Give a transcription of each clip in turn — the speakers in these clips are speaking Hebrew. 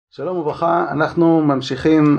שלום וברכה, אנחנו ממשיכים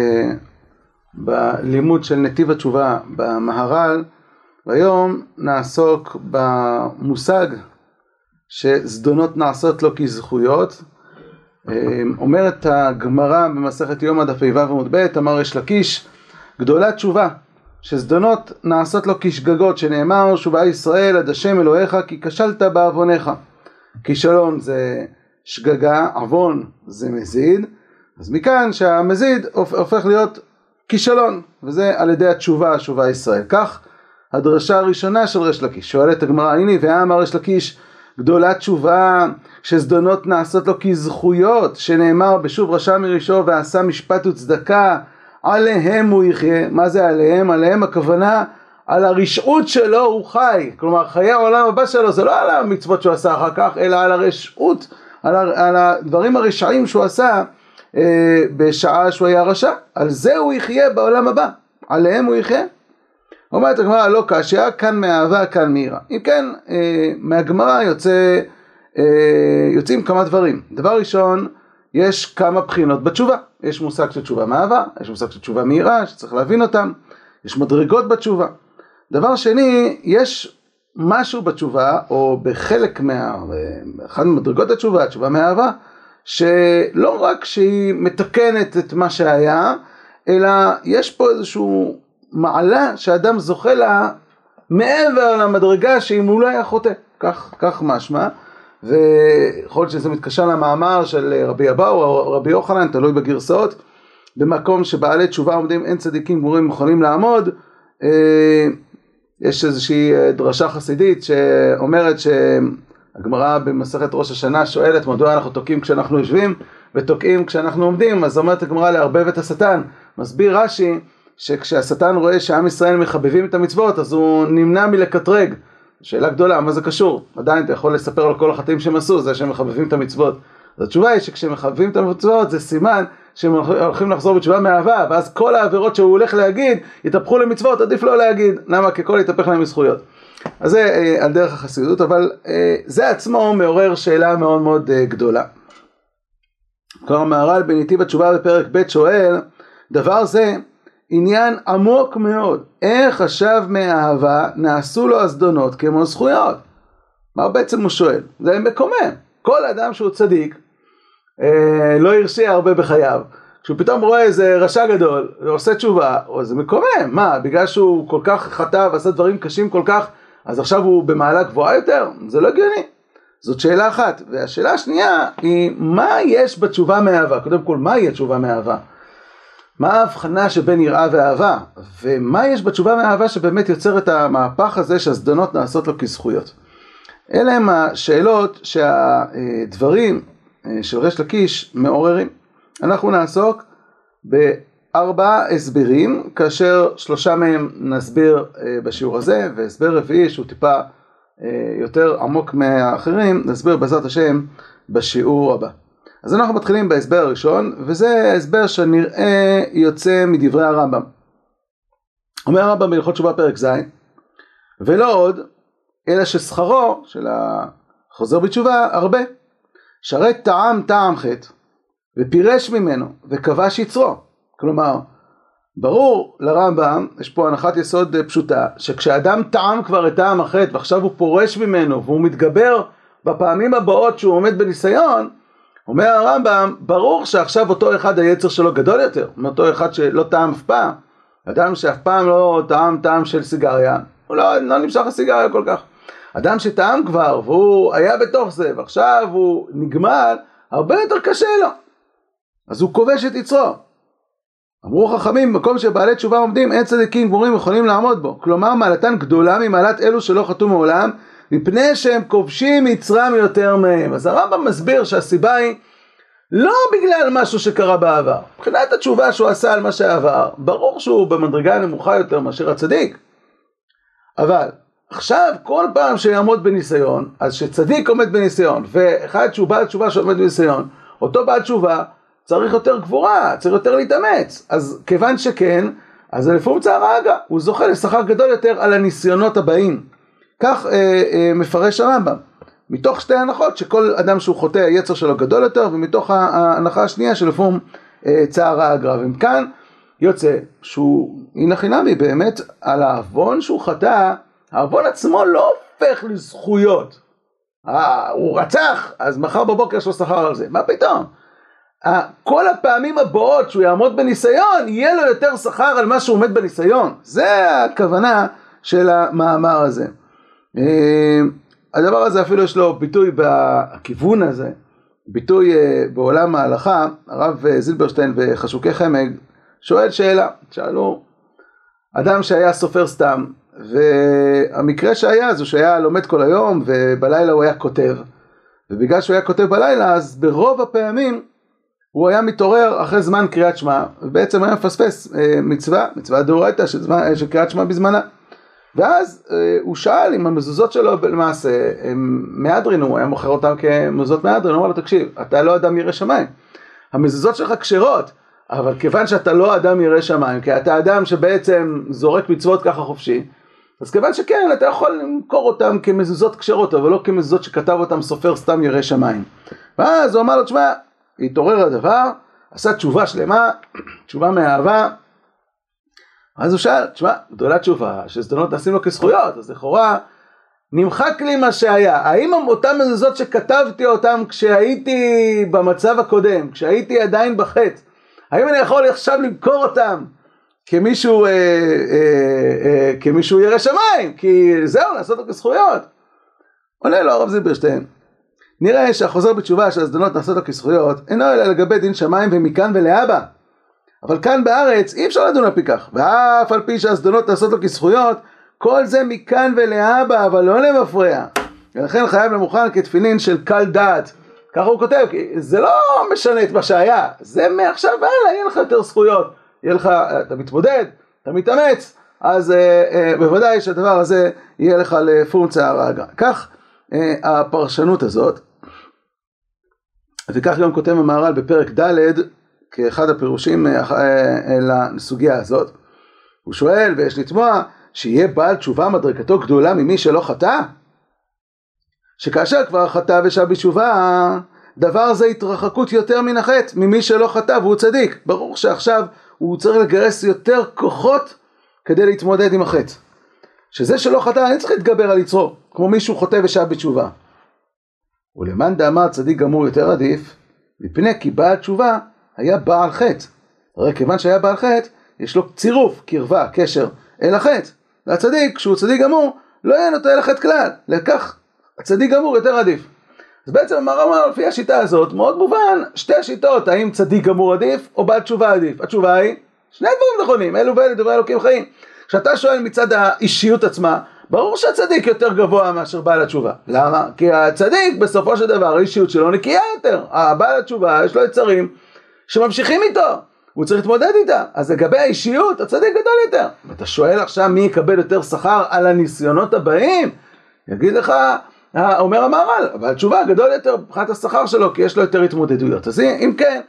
בלימוד של נתיב התשובה במהר"ל, והיום נעסוק במושג שזדונות נעשות לו כזכויות. אומרת הגמרא במסכת יומא דף פ"ו עמוד ב', אמר ריש לקיש, גדולה תשובה שזדונות נעשות לו כשגגות, שנאמר שובה ישראל עד השם אלוהיך כי כשלת בעוונך. כישלון זה שגגה, עוון זה מזיד, אז מכאן שהמזיד הופך להיות כישלון, וזה על ידי התשובה, שובה ישראל. כך הדרשה הראשונה של ריש לקיש. שואלת הגמרא, הנה ואמר ריש לקיש, גדולה תשובה שזדונות נעשות לו כזכויות, שנאמר בשוב רשע מרישו ועשה משפט וצדקה, עליהם הוא יחיה. מה זה עליהם? עליהם הכוונה על הרשעות שלו הוא חי, כלומר חיי העולם הבא שלו זה לא על המצוות שהוא עשה אחר כך, אלא על הרשעות, על הדברים הרשעים שהוא עשה בשעה שהוא היה רשע. על זה הוא יחיה בעולם הבא, עליהם הוא יחיה. אומרת הגמרא, לא קשיא, כאן מאהבה, כאן מיראה. אם כן, מהגמרא יוצאים כמה דברים. דבר ראשון, יש כמה בחינות בתשובה. יש מושג של תשובה מאהבה, יש מושג של תשובה מיראה, שצריך להבין אותם. יש מדרגות בתשובה. דבר שני, יש משהו בתשובה, או בחלק אחד ממדרגות התשובה, התשובה מאהבה, שלא רק שהיא מתקנת את מה שהיה, אלא יש פה איזשהו מעלה שאדם זוכה לה מעבר למדרגה שאם הוא לא היה חוטא. כך משמע, ויכול להיות שזה מתקשר למאמר של רבי אבאו או רבי יוחנן, תלוי בגרסאות, במקום שבעלי תשובה עומדים אין צדיקים גמורים יכולים לעמוד. יש איזושהי דרשה חסידית שאומרת שהגמרא במסכת ראש השנה שואלת מדוע אנחנו תוקעים כשאנחנו יושבים ותוקעים כשאנחנו עומדים. אז אומרת הגמרא לערבב את השטן. מסביר רש"י שכשהשטן רואה שעם ישראל מחבבים את המצוות אז הוא נמנע מלקטרג. שאלה גדולה, מה זה קשור? עדיין אתה יכול לספר על כל החטאים שהם עשו, זה שהם מחבבים את המצוות. אז התשובה היא שכשהם מחבבים את המצוות זה סימן שהם הולכים לחזור בתשובה מאהבה, ואז כל העבירות שהוא הולך להגיד יתהפכו למצוות, עדיף לא להגיד. למה? כי כל יתהפך להם מזכויות. אז זה על דרך החסידות, אבל זה עצמו מעורר שאלה מאוד מאוד גדולה. כבר המהר"ל בנתיב התשובה בפרק ב' שואל, דבר זה עניין עמוק מאוד, איך השב מאהבה נעשו לו הזדונות כמו זכויות? מה בעצם הוא שואל? זה מקומם. כל אדם שהוא צדיק לא הרשיע הרבה בחייו, כשהוא פתאום רואה איזה רשע גדול ועושה תשובה, זה מקומם. מה, בגלל שהוא כל כך חטא ועשה דברים קשים כל כך, אז עכשיו הוא במעלה גבוהה יותר? זה לא הגיוני. זאת שאלה אחת. והשאלה השנייה היא, מה יש בתשובה מאהבה? קודם כל, מה היא תשובה מאהבה? מה ההבחנה שבין יראה ואהבה? ומה יש בתשובה מאהבה שבאמת יוצר את המהפך הזה שהזדונות נעשות לו כזכויות? אלה הם השאלות שהדברים של ריש לקיש מעוררים. אנחנו נעסוק בארבעה הסברים, כאשר שלושה מהם נסביר בשיעור הזה, והסבר רביעי שהוא טיפה יותר עמוק מהאחרים, נסביר בעזרת השם בשיעור הבא. אז אנחנו מתחילים בהסבר הראשון, וזה ההסבר שנראה יוצא מדברי הרמב"ם. אומר הרמב"ם בהלכות תשובה פרק ז', ולא עוד, אלא ששכרו של החוזר בתשובה הרבה, שרת טעם חטא, ופירש ממנו, וכבש יצרו. כלומר, ברור לרמב"ם, יש פה הנחת יסוד פשוטה, שכשאדם טעם כבר את טעם החטא, ועכשיו הוא פורש ממנו, והוא מתגבר בפעמים הבאות שהוא עומד בניסיון, אומר הרמב"ם, ברור שעכשיו אותו אחד היצר שלו גדול יותר, מאותו אחד שלא טעם אף פעם. אדם שאף פעם לא טעם של סיגריה, הוא לא נמשך הסיגריה כל כך. אדם שטעם כבר, והוא היה בתוך זה, ועכשיו הוא נגמל, הרבה יותר קשה לו. אז הוא כובש את יצרו. אמרו חכמים, במקום שבעלי תשובה עומדים, אין צדיקים גמורים יכולים לעמוד בו. כלומר, מעלתן גדולה ממעלת אלו שלא חטאו מעולם, מפני שהם כובשים יצרם יותר מהם. אז הרמב"ם מסביר שהסיבה היא לא בגלל משהו שקרה בעבר. מבחינת התשובה שהוא עשה על מה שעבר, ברור שהוא במדרגה נמוכה יותר מאשר הצדיק. אבל עכשיו כל פעם שיעמוד בניסיון, אז שצדיק עומד בניסיון, ואחד שהוא בעל תשובה שעומד בניסיון, אותו בעל תשובה צריך יותר גבורה, צריך יותר להתאמץ. אז כיוון שכן, אז לפונקציה הרגע, הוא זוכה לשכר גדול יותר על הניסיונות הבאים. כך מפרש הרמב"ם. מתוך שתי הנחות שכל אדם שהוא חוטא היצר שלו גדול יותר, ומתוך ההנחה השנייה שלפעמים צער האגרא. ומכאן יוצא שהוא הנה חינמי באמת על העוון שהוא חטא, העוון עצמו לא הופך לזכויות. הוא רצח, אז מחר בבוקר יש לו שכר על זה. מה פתאום? כל הפעמים הבאות שהוא יעמוד בניסיון, יהיה לו יותר שכר על מה שהוא עומד בניסיון. זה הכוונה של המאמר הזה. הדבר הזה אפילו יש לו ביטוי בכיוון הזה, ביטוי בעולם ההלכה. הרב זילברשטיין וחשוקי חמג שואל שאלה, שאלו אדם שהיה סופר סתם, והמקרה שהיה זה שהיה לומד כל היום ובלילה הוא היה כותב, ובגלל שהוא היה כותב בלילה אז ברוב הפעמים הוא היה מתעורר אחרי זמן קריאת שמע, ובעצם היה מפספס מצווה דאורייתא של קריאת שמע בזמנה. ואז הוא שאל אם המזוזות שלו למעשה הם מהדרין, הוא היה מוכר אותם כמזוזות מהדרין. הוא אמר לו, תקשיב, אתה לא אדם ירא שמיים, המזוזות שלך כשרות, אבל כיוון שאתה לא אדם ירא שמיים, כי אתה אדם שבעצם זורק מצוות ככה חופשי, אז כיוון שכן, אתה יכול למכור אותם כמזוזות כשרות, אבל לא כמזוזות שכתב אותם סופר סתם ירא שמיים. ואז הוא אמר לו, תשמע, התעורר הדבר, עשה תשובה שלמה, תשובה מאהבה. אז הוא שאל, תשמע, גדולה תשובה, שזדונות נעשים לו כזכויות, אז לכאורה נמחק לי מה שהיה. האם אותם מזוזות שכתבתי אותם כשהייתי במצב הקודם, כשהייתי עדיין בחטא, האם אני יכול עכשיו למכור אותם כמישהו ירא שמיים? כי זהו, לעשות לו כזכויות. עונה לו הרב זילברשטיין, נראה שהחוזר בתשובה של הזדונות נעשות לו כזכויות, אינו אלא לגבי דין שמיים ומכאן ולהבא. אבל כאן בארץ אי אפשר לדון על פי כך, ואף על פי שהזדונות נעשות לו כזכויות, כל זה מכאן ולהבא, אבל לא למפרע. ולכן חייב למוכן כתפילין של קל דעת. ככה הוא כותב, כי זה לא משנה את מה שהיה, זה מעכשיו והלאה, יהיה לך יותר זכויות, יהיה לך, אתה מתמודד, אתה מתאמץ, אז בוודאי שהדבר הזה יהיה לך לפונקציה הרגע. כך הפרשנות הזאת, וכך גם כותב המהר"ל בפרק ד' כאחד הפירושים לסוגיה הזאת. הוא שואל, ויש לתמוע, שיהיה בעל תשובה מדרגתו גדולה ממי שלא חטא? שכאשר כבר חטא ושב בתשובה, דבר זה התרחקות יותר מן החטא, ממי שלא חטא והוא צדיק. ברור שעכשיו הוא צריך לגרס יותר כוחות כדי להתמודד עם החטא. שזה שלא חטא, אני צריך להתגבר על יצרו, כמו מישהו חוטא ושב בתשובה. ולמאן דאמר צדיק גמור יותר עדיף, מפני כי בעל תשובה היה בעל חטא. הרי כיוון שהיה בעל חטא, יש לו צירוף, קרבה, קשר אל החטא. והצדיק, כשהוא צדיק גמור, לא יהיה נוטה אל החטא כלל. לכך הצדיק גמור יותר עדיף. אז בעצם המהר"ל אומר, לפי השיטה הזאת, מאוד מובן, שתי השיטות, האם צדיק גמור עדיף או בעל תשובה עדיף. התשובה היא, שני דברים נכונים, אלו ואלה דברי אלוקים חיים. כשאתה שואל מצד האישיות עצמה, ברור שהצדיק יותר גבוה מאשר בעל התשובה. למה? כי הצדיק בסופו של דבר, האישיות שלו נקייה יותר. הבעל התשובה יש לו יצרים שממשיכים איתו, הוא צריך להתמודד איתה. אז לגבי האישיות, הצדיק גדול יותר. ואתה שואל עכשיו מי יקבל יותר שכר על הניסיונות הבאים? יגיד לך, אומר המהר"ל, אבל התשובה גדול יותר מבחינת השכר שלו, כי יש לו יותר התמודדויות. אז אם כן,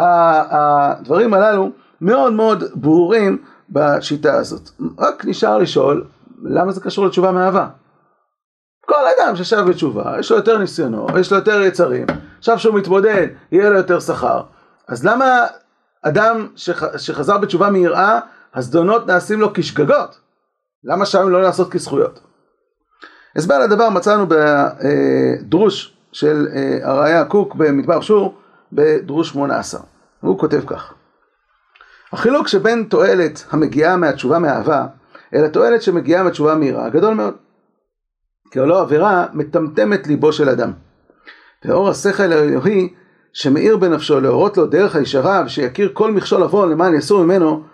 הדברים הללו מאוד מאוד ברורים בשיטה הזאת. רק נשאר לשאול, למה זה קשור לתשובה מאהבה? כל אדם ששב בתשובה, יש לו יותר ניסיונו, יש לו יותר יצרים, עכשיו שהוא מתמודד, יהיה לו יותר שכר. אז למה אדם שחזר בתשובה מיראה, הזדונות נעשים לו כשגגות? למה שם לא לעשות כזכויות? הסבר לדבר מצאנו בדרוש של הראיה הקוק במדבר שור, בדרוש 18. הוא כותב כך: החילוק שבין תועלת המגיעה מהתשובה מאהבה, אל התועלת שמגיעה מהתשובה מיראה, גדול מאוד. כי הלא עבירה מטמטמת ליבו של אדם. ואור השכל האלוהי שמאיר בנפשו להורות לו דרך הישרה, ושיכיר כל מכשול עוון למען יסור ממנו,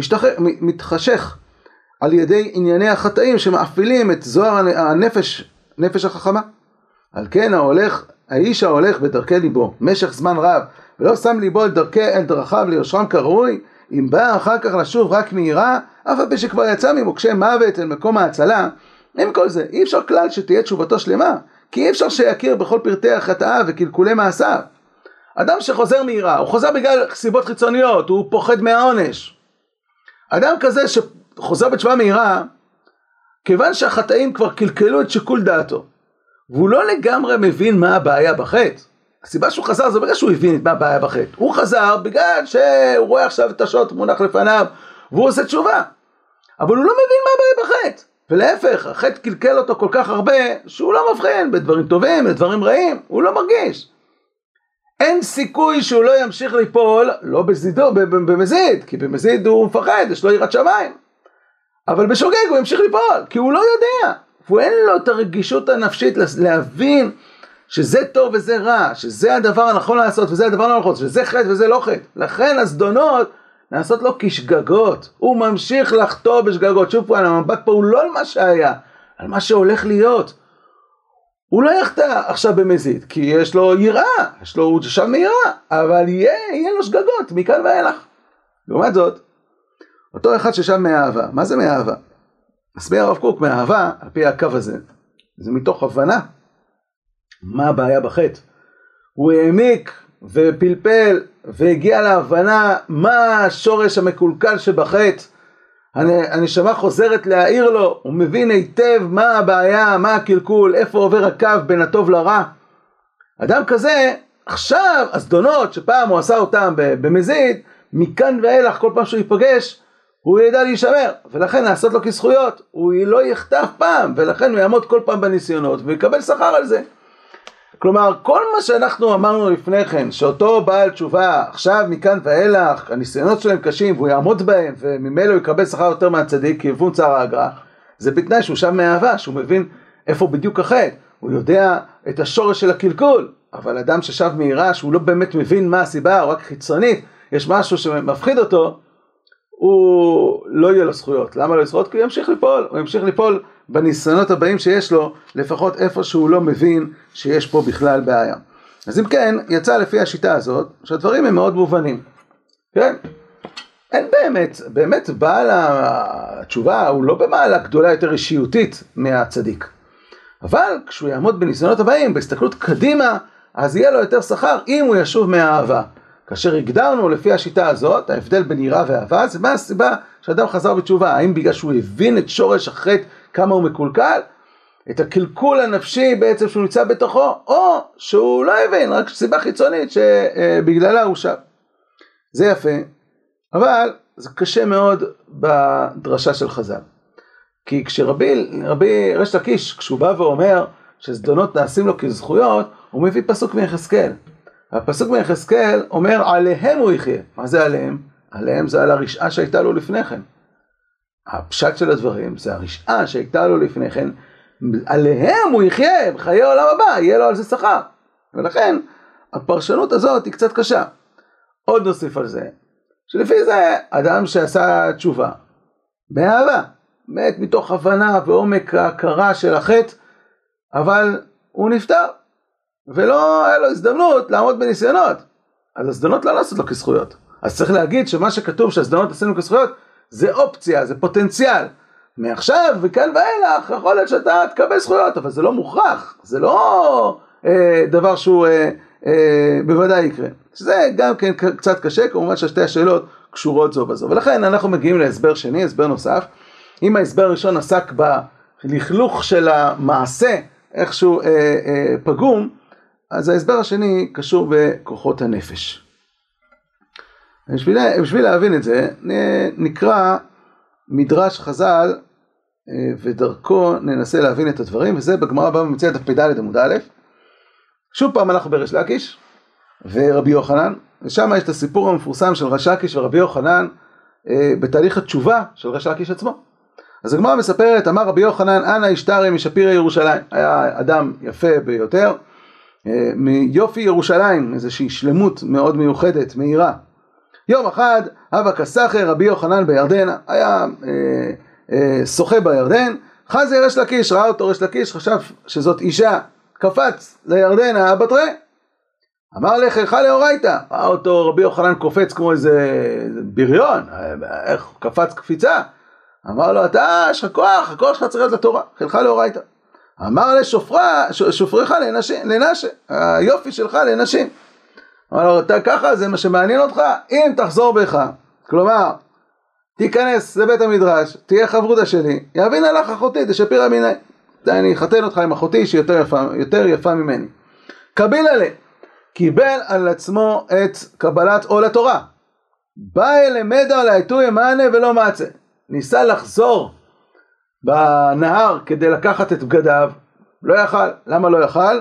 מתחשך על ידי ענייני החטאים שמאפילים את זוהר הנפש החכמה. על כן האיש ההולך בדרכי ליבו משך זמן רב, ולא שם ליבו אל דרכיו ליושרם כראוי, אם בא אחר כך לשוב רק מהירה, אף על פי שכבר יצא ממוקשי מוות אל מקום ההצלה. עם כל זה, אי אפשר כלל שתהיה תשובתו שלמה, כי אי אפשר שיכיר בכל פרטי החטאה וקלקולי מעשיו. אדם שחוזר מהירה, הוא חוזר בגלל סיבות חיצוניות, הוא פוחד מהעונש. אדם כזה שחוזר בתשובה מהירה, כיוון שהחטאים כבר קלקלו את שיקול דעתו, והוא לא לגמרי מבין מה הבעיה בחטא. הסיבה שהוא חזר זה בגלל שהוא הבין את מה הבעיה בחטא. הוא חזר בגלל שהוא רואה עכשיו את השוט מונח לפניו, והוא עושה תשובה. אבל הוא לא מבין מה הבעיה בחטא. ולהפך, החטא קלקל אותו כל כך הרבה, שהוא לא מבחין בדברים טובים, בדברים רעים, הוא לא מרגיש. אין סיכוי שהוא לא ימשיך ליפול, לא במזיד, כי במזיד הוא מפחד, יש לו יראת שמיים. אבל בשוגג הוא ימשיך ליפול, כי הוא לא יודע. והוא אין לו את הרגישות הנפשית להבין שזה טוב וזה רע, שזה הדבר הנכון לעשות וזה הדבר לא נכון, שזה חטא וזה לא חטא. לכן הזדונות נעשות לו כשגגות. הוא ממשיך לחטוא בשגגות. שוב פה, המבט פה הוא לא על מה שהיה, על מה שהולך להיות. הוא לא יחטא עכשיו במזיד, כי יש לו יראה, הוא שם מיראה, אבל יהיה לו שגגות מכאן ואילך. לעומת זאת, אותו אחד ששם מאהבה. מה זה מאהבה? מסביר הרב קוק, מאהבה, על פי הקו הזה, זה מתוך הבנה מה הבעיה בחטא. הוא העמיק ופלפל והגיע להבנה מה השורש המקולקל שבחטא. הנשמה חוזרת להעיר לו, הוא מבין היטב מה הבעיה, מה הקלקול, איפה עובר הקו בין הטוב לרע. אדם כזה, עכשיו הזדונות שפעם הוא עשה אותם במזיד, מכאן ואילך כל פעם שהוא ייפגש, הוא ידע להישמר, ולכן לעשות לו כזכויות, הוא לא יחטא פעם, ולכן הוא יעמוד כל פעם בניסיונות, ויקבל שכר על זה. כלומר, כל מה שאנחנו אמרנו לפני כן, שאותו בעל תשובה, עכשיו מכאן ואילך, הניסיונות שלהם קשים, והוא יעמוד בהם, וממילא הוא יקבל שכר יותר מהצדיק, כי יבון צער האגרא, זה בתנאי שהוא שם מאהבה, שהוא מבין איפה בדיוק החטא, הוא יודע את השורש של הקלקול, אבל אדם ששב מיראה, שהוא לא באמת מבין מה הסיבה, או רק חיצונית, יש משהו שמפחיד אותו, הוא לא יהיה לו זכויות. למה לא יהיה זכויות? כי הוא ימשיך ליפול. הוא ימשיך ליפול בניסיונות הבאים שיש לו, לפחות איפה שהוא לא מבין שיש פה בכלל בעיה. אז אם כן, יצא לפי השיטה הזאת, שהדברים הם מאוד מובנים. כן? אין באמת בעל התשובה, הוא לא במעלה גדולה יותר אישיותית מהצדיק. אבל כשהוא יעמוד בניסיונות הבאים, בהסתכלות קדימה, אז יהיה לו יותר שכר אם הוא ישוב מהאהבה. כאשר הגדרנו לפי השיטה הזאת, ההבדל בין יראה ואהבה, זה מה הסיבה שאדם חזר בתשובה? האם בגלל שהוא הבין את שורש החטא כמה הוא מקולקל? את הקלקול הנפשי בעצם שהוא נמצא בתוכו, או שהוא לא הבין, רק סיבה חיצונית שבגללה הוא שב. זה יפה, אבל זה קשה מאוד בדרשה של חז"ל. כי כשרבי ריש לקיש, כשהוא בא ואומר שזדונות נעשים לו כזכויות, הוא מביא פסוק מיחזקאל. הפסוק מיחזקאל אומר עליהם הוא יחיה. מה זה עליהם? עליהם זה על הרשעה שהייתה לו לפני כן. הפשט של הדברים זה הרשעה שהייתה לו לפני כן. עליהם הוא יחיה בחיי העולם הבא, יהיה לו על זה שכר. ולכן הפרשנות הזאת היא קצת קשה. עוד נוסיף על זה, שלפי זה אדם שעשה תשובה באהבה, מת מתוך הבנה ועומק ההכרה של החטא, אבל הוא נפטר. ולא היה לו הזדמנות לעמוד בניסיונות. אז הזדמנות לא נעשות לו כזכויות. אז צריך להגיד שמה שכתוב שהזדמנות עשינו כזכויות, זה אופציה, זה פוטנציאל. מעכשיו וכאן ואילך, יכול להיות שאתה תקבל זכויות, אבל זה לא מוכרח. זה לא דבר שהוא בוודאי יקרה. זה גם כן קצת קשה, כמובן ששתי השאלות קשורות זו בזו. ולכן אנחנו מגיעים להסבר שני, הסבר נוסף. אם ההסבר הראשון עסק בלכלוך של המעשה, איכשהו פגום, אז ההסבר השני קשור בכוחות הנפש. בשביל להבין את זה, נקרא מדרש חז"ל, ודרכו ננסה להבין את הדברים, וזה בגמרא בבא מציעא דף פ"ד עמוד א'. שוב פעם אנחנו בריש לקיש ורבי יוחנן, ושם יש את הסיפור המפורסם של ריש לקיש ורבי יוחנן, בתהליך התשובה של ריש לקיש עצמו. אז הגמרא מספרת, אמר רבי יוחנן, אנא השתרי משפירי ירושלים. היה אדם יפה ביותר, מיופי ירושלים, איזושהי שלמות מאוד מיוחדת, מהירה. יום אחד, הווה כסחר רבי יוחנן בירדנה, היה שוחה בירדן, חזי ריש לקיש, ראה אותו ריש לקיש, חשב שזאת אישה, קפץ לירדנה בתרי, אמר לך לאורייתא, ראה אותו רבי יוחנן קופץ כמו איזה בריון, איך קפץ קפיצה, אמר לו, אתה, יש לך כוח, הכוח שלך צריך להיות לתורה, חלך לאורייתא. אמר לשופריך לנשה, היופי שלך לנשים. אמר לו, אתה ככה, זה מה שמעניין אותך, אם תחזור בך, כלומר, תיכנס לבית המדרש, תהיה חברודה שלי, יבין עליך אחותי, תשפיר המיני. אני אחתן אותך עם אחותי שהיא יותר יפה ממני. קביל עליה, קיבל על עצמו את קבלת עול התורה. בא אלמדו על העיתו ימנה ולא מצא. ניסה לחזור בנהר כדי לקחת את בגדיו, לא יכל. למה לא יכל?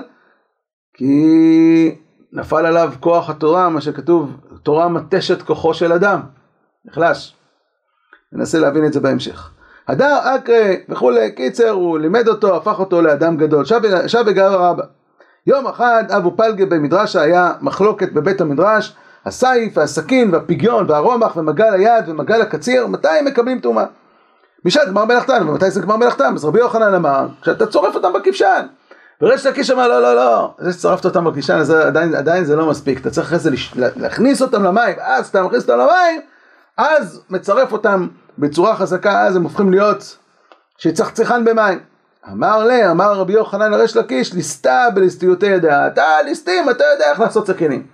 כי נפל עליו כוח התורה, מה שכתוב, תורה מתשת כוחו של אדם. נחלש. ננסה להבין את זה בהמשך. הדר אקרא וכולי, קיצר, הוא לימד אותו, הפך אותו לאדם גדול. שב וגר רבא. יום אחד אבו פלגה במדרש היה מחלוקת בבית המדרש, הסייף והסכין והפיגיון והרומח ומגל היד ומגל הקציר, מתי הם מקבלים טומאה? בשעת גמר מלאכתם, ומתי זה גמר מלאכתם? אז רבי יוחנן אמר, כשאתה צורף אותם בכבשן. וריש לקיש אמר, לא, זה שצרפת אותם בכבשן, אז עדיין זה לא מספיק, אתה צריך אחרי זה להכניס אותם למים, אז אתה מכניס אותם למים, אז מצרף אותם בצורה חזקה, אז הם הופכים להיות שצחצחן במים. אמר רבי יוחנן לריש לקיש, ליסטה בליסטיותי ידע, אתה ליסטים, אתה יודע איך לעשות סכינים.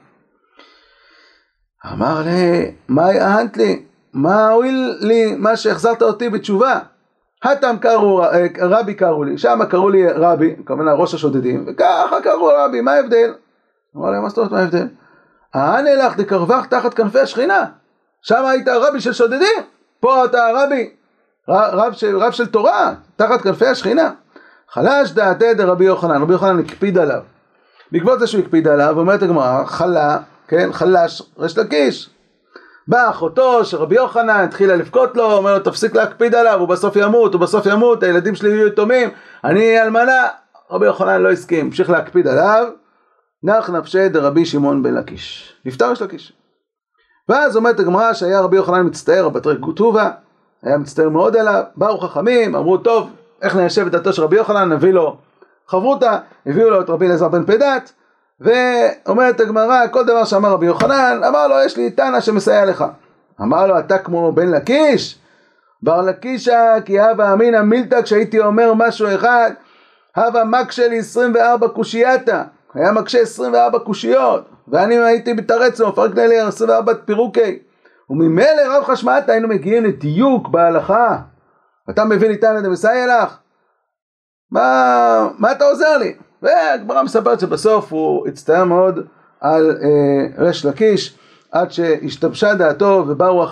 אמר לי, מה יענת לי? מה הועיל לי מה שהחזרת אותי בתשובה? התם רבי קראו לי, שם קראו לי רבי, כמובן ראש השודדים, וככה קראו רבי, מה ההבדל? אמר לי, מה זאת אומרת, מה ההבדל? הענה לך דקרווח תחת כנפי השכינה, שם היית רבי של שודדים, פה אתה רבי, רב של תורה, תחת כנפי השכינה. חלש דעתי דרבי יוחנן, רבי יוחנן הקפיד עליו. בעקבות זה שהוא הקפיד עליו, אומרת הגמרא, חלש ריש לקיש. באה אחותו שרבי יוחנן התחילה לבכות לו, אומר לו תפסיק להקפיד עליו, הוא בסוף ימות, הילדים שלי יהיו יתומים, אני אלמנה. רבי יוחנן לא הסכים, המשיך להקפיד עליו. נח נפשי דרבי שמעון בן לקיש, נפטר ריש לקיש. ואז אומרת הגמרא שהיה רבי יוחנן מצטער, בתרי כתובה, היה מצטער מאוד עליו, באו חכמים, אמרו טוב, איך ניישב את דתו של רבי יוחנן, נביא לו חברותה, הביאו לו את רבי אלעזר בן פדת, ואומרת הגמרא, כל דבר שאמר רבי יוחנן, אמר לו, יש לי תנא שמסייע לך. אמר לו, אתה כמו בן לקיש? בר לקישה, כי הווה אמינא מילתא, כשהייתי אומר משהו אחד, הווה מקשה לי 24 קושייתא, היה מקשה 24 קושיות, ואני הייתי מתרץ לו, מפרק לי 24 פירוקי, וממילא רב חשמעתא היינו מגיעים לדיוק בהלכה. אתה מבין לי תנא דמסייע לך? מה אתה עוזר לי? והגמרא מספרת שבסוף הוא הצטער מאוד על ריש לקיש, עד שהשתבשה דעתו ובאו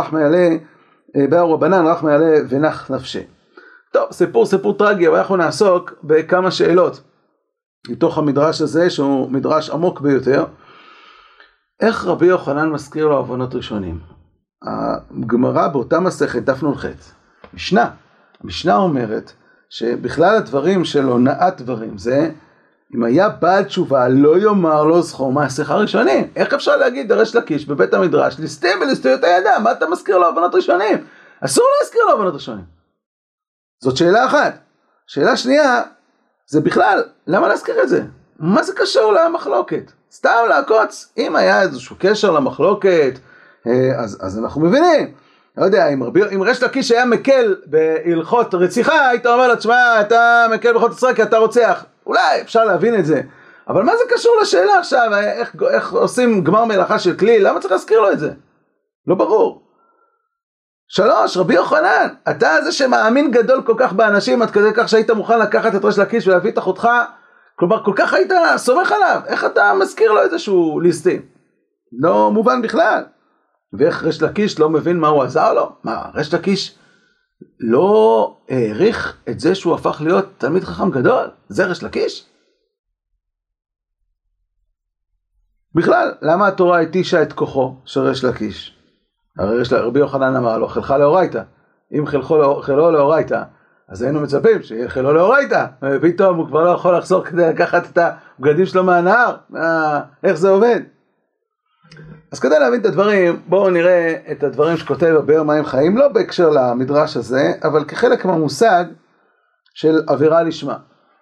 רבנן רחמי עליה ונח נפשי. טוב, סיפור טרגי, אבל אנחנו נעסוק בכמה שאלות מתוך המדרש הזה, שהוא מדרש עמוק ביותר. איך רבי יוחנן מזכיר לו עוונות ראשונים? הגמרא באותה מסכת דף נ"ח, המשנה אומרת שבכלל הדברים של הונאת דברים זה, אם היה בעל תשובה לא יאמר לו זכור מעשיך ראשונים. איך אפשר להגיד ריש לקיש בבית המדרש, ליסטים וליסטיות הידע, מה אתה מזכיר לו עוונות ראשונים? אסור להזכיר לו עוונות ראשונים. זאת שאלה אחת. שאלה שנייה, זה בכלל, למה להזכיר את זה? מה זה קשור למחלוקת? סתם לעקוץ, אם היה איזשהו קשר למחלוקת, אז אנחנו מבינים. לא יודע, אם ריש לקיש היה מקל בהלכות רציחה, היית אומר לו, תשמע, אתה מקל בהלכות ישראל כי אתה רוצח. אולי אפשר להבין את זה. אבל מה זה קשור לשאלה עכשיו, איך עושים גמר מלאכה של כלי? למה צריך להזכיר לו את זה? לא ברור. 3, רבי יוחנן, אתה זה שמאמין גדול כל כך באנשים, עד כדי כך שהיית מוכן לקחת את ריש לקיש ולהביא את אחותך, כלומר כל כך היית סומך עליו, איך אתה מזכיר לו איזשהו ליסטים? לא מובן בכלל. ואיך ריש לקיש לא מבין מה הוא עזר לו? מה, ריש לקיש לא העריך את זה שהוא הפך להיות תלמיד חכם גדול? זה ריש לקיש? בכלל, למה התורה התישה את כוחו של ריש לקיש? הרי רבי יוחנן אמר לו, חילך לאורייתא. אם חילו לאורייתא, אז היינו מצפים שיהיה חילו לאורייתא. ופתאום הוא כבר לא יכול לחזור כדי לקחת את הבגדים שלו מהנהר. איך זה עובד? אז כדי להבין את הדברים, בואו נראה את הדברים שכותב הבאר מים חיים, לא בהקשר למדרש הזה, אבל כחלק מהמושג של עבירה לשמה.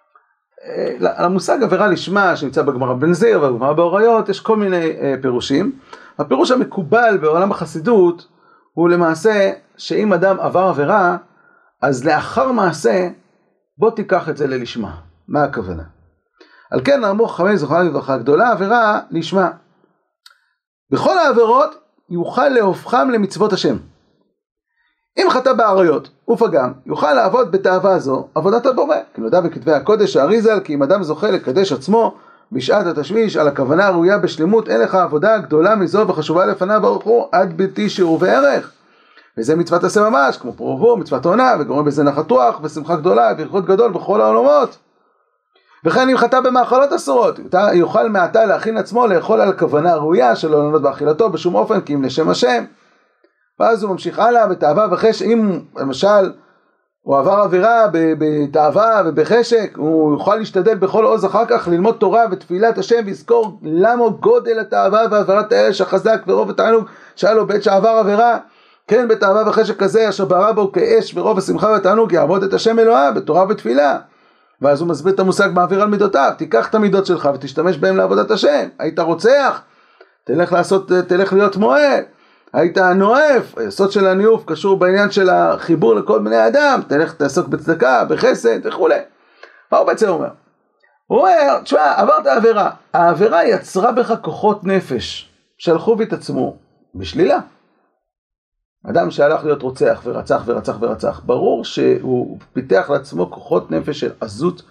למושג עבירה לשמה שנמצא בגמרא בן זיר ובגמרא באוריות, יש כל מיני פירושים. הפירוש המקובל בעולם החסידות הוא למעשה שאם אדם עבר עבירה, אז לאחר מעשה בוא תיקח את זה ללשמה. מה הכוונה? על כן אמרו חכמים זכרונם לברכה, גדולה עבירה לשמה. בכל העבירות יוכל להופכם למצוות השם. אם חטא בעריות ופגם, יוכל לעבוד בתאווה זו עבודת הבורא. כי נודע בכתבי הקודש האריז"ל, כי אם אדם זוכה לקדש עצמו בשעת התשמיש על הכוונה הראויה בשלמות, אין לך עבודה גדולה מזו וחשובה לפניו ברוך הוא עד בלתי שיעור וערך. וזה מצוות עשה ממש, כמו פרובו, מצוות עונה, וגורם בזה נחת רוח ושמחה גדולה ויחוד גדול בכל העולמות. וכן אם חטא במאכלות אסורות, יוכל מעתה להכין עצמו לאכול על הכוונה הראויה שלא לענות באכילתו בשום אופן, כי אם לשם השם. ואז הוא ממשיך הלאה בתאווה וחשק. אם למשל הוא עבר עבירה בתאווה ובחשק, הוא יוכל להשתדל בכל עוז אחר כך ללמוד תורה ותפילת השם, ויזכור למה גודל התאווה ועבירת האש החזק ורוב התענוג שהיה לו בעת שעבר עבירה. כן, בתאווה וחשק כזה אשר בערה בו כאש ורוב השמחה והתענוג יעבוד את השם אלוהיו בתורה ותפילה. ואז הוא מסביר את המושג מעביר על מידותיו. תיקח את המידות שלך ותשתמש בהם לעבודת השם. היית רוצח, תלך להיות מועל. היית נואף, היסוד של הניאוף קשור בעניין של החיבור לכל בני אדם, תלך תעסוק בצדקה, בחסד וכו'. מה הוא בעצם אומר? הוא אומר, תשמע, עברת עבירה. העבירה יצרה בך כוחות נפש, שהלכו והתעצמו בשלילה. אדם שהלך להיות רוצח ורצח ורצח ורצח, ברור שהוא פיתח לעצמו כוחות נפש של עזות,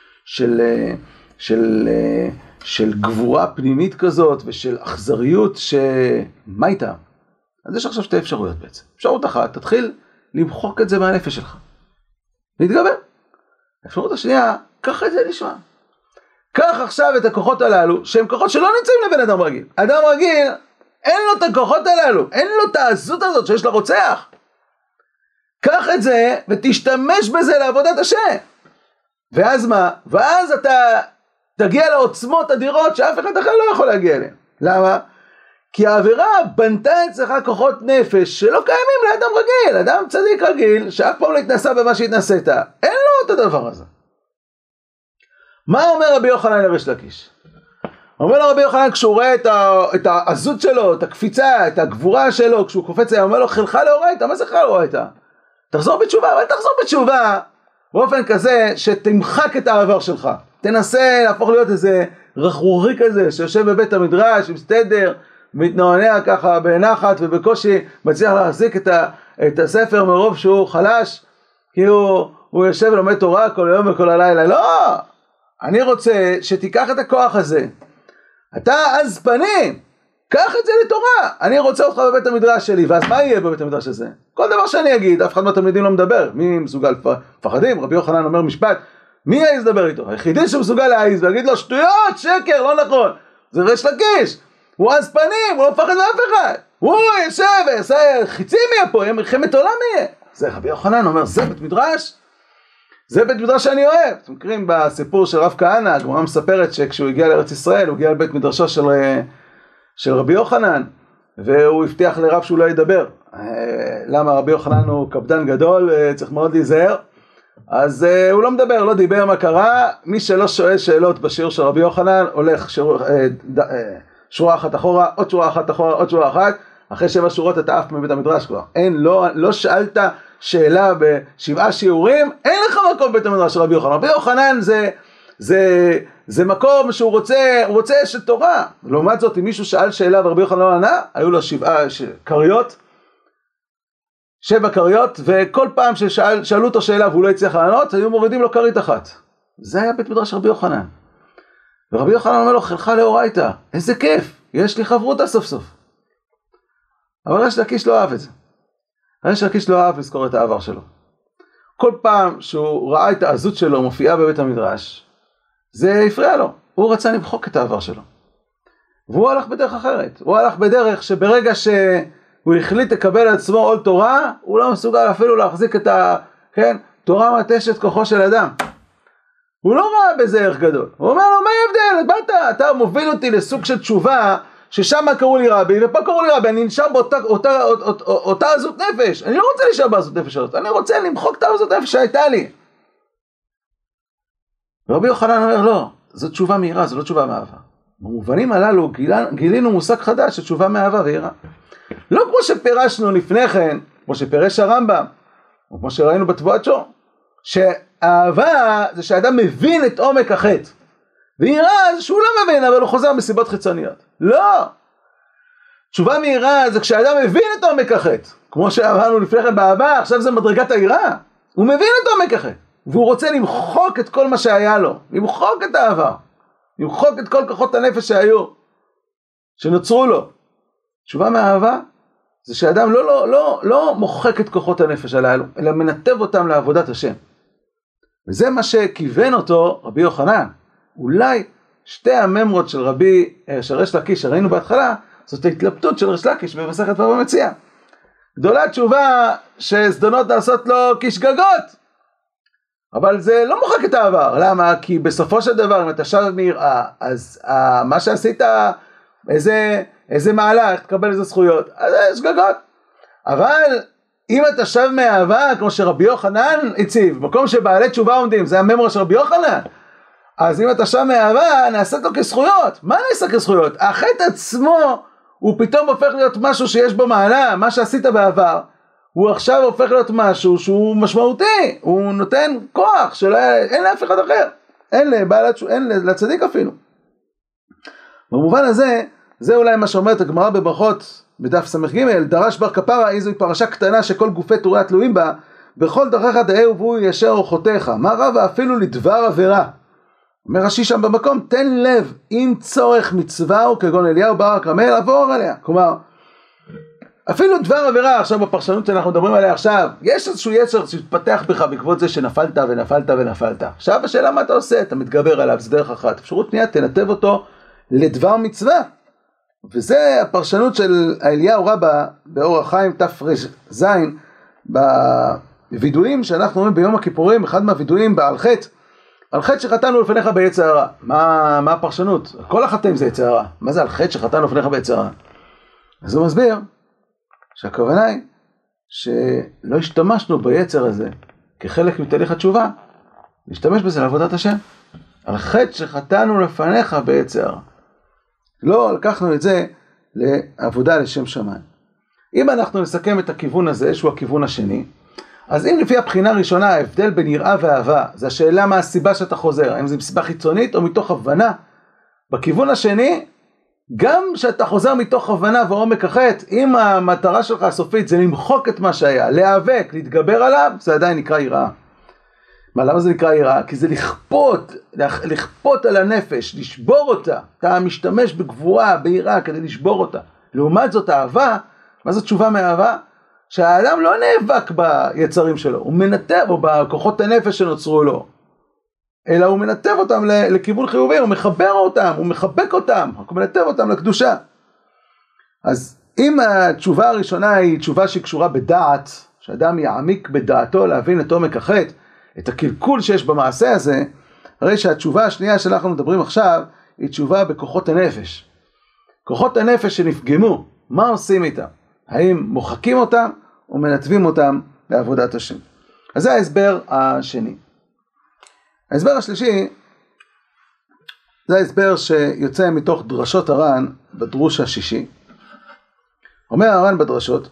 של גבורה פנימית כזאת ושל אכזריות שמה איתה? אז יש עכשיו שתי אפשרויות בעצם. אפשרות אחת, תתחיל למחוק את זה מהנפש שלך. להתגבר. האפשרות השנייה, קח את זה לשמה. קח עכשיו את הכוחות הללו, שהם כוחות שלא נמצאים לבן אדם רגיל. אדם רגיל, אין לו את הכוחות הללו, אין לו את העזות הזאת שיש לרוצח. קח את זה ותשתמש בזה לעבודת השם. ואז מה? ואז אתה תגיע לעוצמות אדירות שאף אחד אחר לא יכול להגיע אליהן. למה? כי העבירה בנתה אצלך כוחות נפש שלא קיימים לאדם רגיל, אדם צדיק רגיל שאף פעם לא התנסה במה שהתנסית, אין לו את הדבר הזה. מה אומר רבי יוחנן לריש לקיש? אומר לו רבי יוחנן כשהוא רואה את העזות שלו, את הקפיצה, את הגבורה שלו, כשהוא קופץ, הוא אומר לו חילך לאורייתא, מה זה חילך לאורייתא? תחזור בתשובה, אבל תחזור בתשובה באופן כזה שתמחק את העבר שלך, תנסה להפוך להיות איזה רכרורי כזה שיושב בבית המדרש עם סטדר, מתנוענע ככה בנחת ובקושי מצליח להחזיק את הספר מרוב שהוא חלש, כי הוא יושב ולומד תורה כל היום וכל הלילה. לא, אני רוצה שתיקח את הכוח הזה, אתה אז פנים, קח את זה לתורה, אני רוצה אותך בבית המדרש שלי. ואז מה יהיה בבית המדרש הזה? כל דבר שאני אגיד, אף אחד מהתלמידים לא מדבר. מי מסוגל? פחדים. רבי יוחנן אומר משפט, מי יעז לדבר איתו? היחידי שמסוגל להעיז ולהגיד לו שטויות, שקר, לא נכון, זה ריש לקיש. הוא אז פנים, הוא לא מפחד מאף אחד, הוא יושב ועשה חיצים יהיה פה, יהיה מלחמת עולם יהיה. זה רבי יוחנן אומר, זה בית מדרש, זה בית מדרש שאני אוהב. אתם מכירים בסיפור של רב כהנא, הגמרא מספרת שכשהוא הגיע לארץ ישראל, הוא הגיע לבית מדרשו של רבי יוחנן, והוא הבטיח לרב שהוא לא ידבר. למה? רבי יוחנן הוא קפדן גדול, צריך מאוד להיזהר, אז הוא לא מדבר, לא דיבר. מה קרה? מי שלא שואל שאלות בשיעור של רבי יוחנן, הולך שורה אחת אחורה, עוד שורה אחת אחורה, עוד שורה אחת, אחרי 7 שורות אתה עף מבית המדרש כבר. אין, לא שאלת שאלה ב7 שיעורים, אין לך מקום בבית המדרש של רבי יוחנן. רבי יוחנן זה מקום שהוא רוצה אשת תורה. לעומת זאת, אם מישהו שאל שאלה ורבי יוחנן לא ענה, היו לו 7 קריות, וכל פעם ששאלו אותו שאלה והוא לא הצליח לענות, היו מורידים לו קרית אחת. זה היה בית מדרש של רבי יוחנן. ורבי יוחנן אומר לו, חילך לאורייתא, איזה כיף, יש לי חברותא סוף סוף. אבל ריש לקיש לא אהב את זה. ריש לקיש לא אהב לזכור את העבר שלו. כל פעם שהוא ראה את העזות שלו מופיעה בבית המדרש, זה הפריע לו. הוא רצה למחוק את העבר שלו. והוא הלך בדרך אחרת. הוא הלך בדרך שברגע שהוא החליט לקבל על עצמו עול תורה, הוא לא מסוגל אפילו להחזיק את תורה מתשת כוחו של אדם. הוא לא ראה בזה ערך גדול. הוא אומר לו, מה ההבדל? אתה מוביל אותי לסוג של תשובה, ששם קראו לי רבי, ופה קראו לי רבי, אני נשאר באותה עזות נפש. אני לא רוצה להישאר בעזות נפש הזאת, אני רוצה למחוק את העזות נפש שהייתה לי. ורבי יוחנן אומר, לא, זו תשובה מהירה, זו לא תשובה מאהבה. במובנים הללו גילינו מושג חדש, שתשובה מאהבה והירה. לא כמו שפירשנו לפני כן, כמו שפירש הרמב"ם, או כמו שראינו בתבואת שור, שהאהבה זה שהאדם מבין את עומק החטא, ויראה זה שהוא לא מבין, אבל הוא חוזר מסיבות חיצוניות. לא! תשובה מהירה זה כשהאדם מבין את עומק החטא, כמו שאמרנו לפני כן באהבה, עכשיו זה מדרגת היראה. הוא מבין את עומק החטא, והוא רוצה למחוק את כל מה שהיה לו, למחוק את העבר, למחוק את כל כוחות הנפש שהיו, שנוצרו לו. תשובה מהאהבה, זה שאדם לא מוחק את כוחות הנפש הללו, אלא מנתב אותם לעבודת השם. וזה מה שכיוון אותו רבי יוחנן. אולי שתי הממרות של ריש לקיש שראינו בהתחלה, זאת ההתלבטות של ריש לקיש במסכת בבא מציעא. גדולה תשובה שזדונות לעשות לו כשגגות, אבל זה לא מוחק את העבר. למה? כי בסופו של דבר אם אתה שב מיראה, אז מה שעשית, איזה מעלה, איך תקבל איזה זכויות, אז זה שגגות. אבל אם אתה שב מאהבה, כמו שרבי יוחנן הציב, מקום שבעלי תשובה עומדים, זה הממרה של רבי יוחנן, אז אם אתה שב מאהבה, נעשית לו כזכויות. מה נעשה כזכויות? החטא עצמו הוא פתאום הופך להיות משהו שיש בו מעלה. מה שעשית בעבר הוא עכשיו הופך להיות משהו שהוא משמעותי, הוא נותן כוח שאין לאף אחד אחר, אין לצדיק אפילו. במובן הזה, זה אולי מה שאומרת הגמרא בברכות בדף ס"ג, דרש בר כפרה, איזוהי פרשה קטנה שכל גופי תורה תלויים בה, בכל דרכיך דאהו והוא ישר אורחותיך, מה רבה אפילו לדבר עבירה. אומר רש"י שם במקום, תן לב, אם צורך מצווה הוא כגון אליהו בר הכרמל, עבור עליה. כלומר, אפילו דבר עבירה, עכשיו בפרשנות שאנחנו מדברים עליה עכשיו, יש איזשהו יצר שהתפתח בך בעקבות זה שנפלת ונפלת ונפלת. עכשיו השאלה מה אתה עושה? אתה מתגבר עליו, זה דרך אחת. אפשרות שנייה, תנתב אותו לדבר מצווה. וזה הפרשנות של אליהו רבא באור החיים תרז, בווידויים שאנחנו אומרים ביום הכיפורים, אחד מהווידויים בעל חטא, על חטא שחטאנו לפניך ביצר הרע. מה הפרשנות? כל החטאים זה יצר הרע. מה זה על חטא שחטאנו לפניך ביצר הרע? אז הוא מסביר שהכוונה היא שלא השתמשנו ביצר הזה כחלק מתהליך התשובה, להשתמש בזה לעבודת השם. על חטא שחטאנו לפניך ביצר הרע. לא לקחנו את זה לעבודה לשם שמיים. אם אנחנו נסכם את הכיוון הזה, שהוא הכיוון השני, אז אם לפי הבחינה הראשונה, ההבדל בין יראה ואהבה, זה השאלה מה הסיבה שאתה חוזר, האם זה סיבה חיצונית או מתוך הבנה. בכיוון השני, גם שאתה חוזר מתוך הבנה ועומק החטא, אם המטרה שלך הסופית זה למחוק את מה שהיה, להיאבק, להתגבר עליו, זה עדיין נקרא יראה. למה זה נקרא יראה? כי זה לכפות על הנפש, לשבור אותה. אתה משתמש בגבורה, ביראה, כדי לשבור אותה. לעומת זאת האהבה, מה זאת תשובה מאהבה? שהאדם לא נאבק ביצרים שלו, הוא מנתב, או בכוחות הנפש שנוצרו לו, אלא הוא מנתב אותם לכיוון חיובי, הוא מחבר אותם, הוא מחבק אותם, הוא מנתב אותם לקדושה. אז אם התשובה הראשונה היא תשובה שקשורה בדעת, שאדם יעמיק בדעתו להבין את עומק החטא, את הקלקול שיש במעשה הזה, הרי שהתשובה השנייה שאנחנו מדברים עכשיו, היא תשובה בכוחות הנפש. כוחות הנפש שנפגמו, מה עושים איתם? האם מוחקים אותם או מנתבים אותם לעבודת השם? אז זה ההסבר השני. ההסבר השלישי, זה ההסבר שיוצא מתוך דרשות הר"ן בדרוש השישי. אומר הר"ן בדרשות,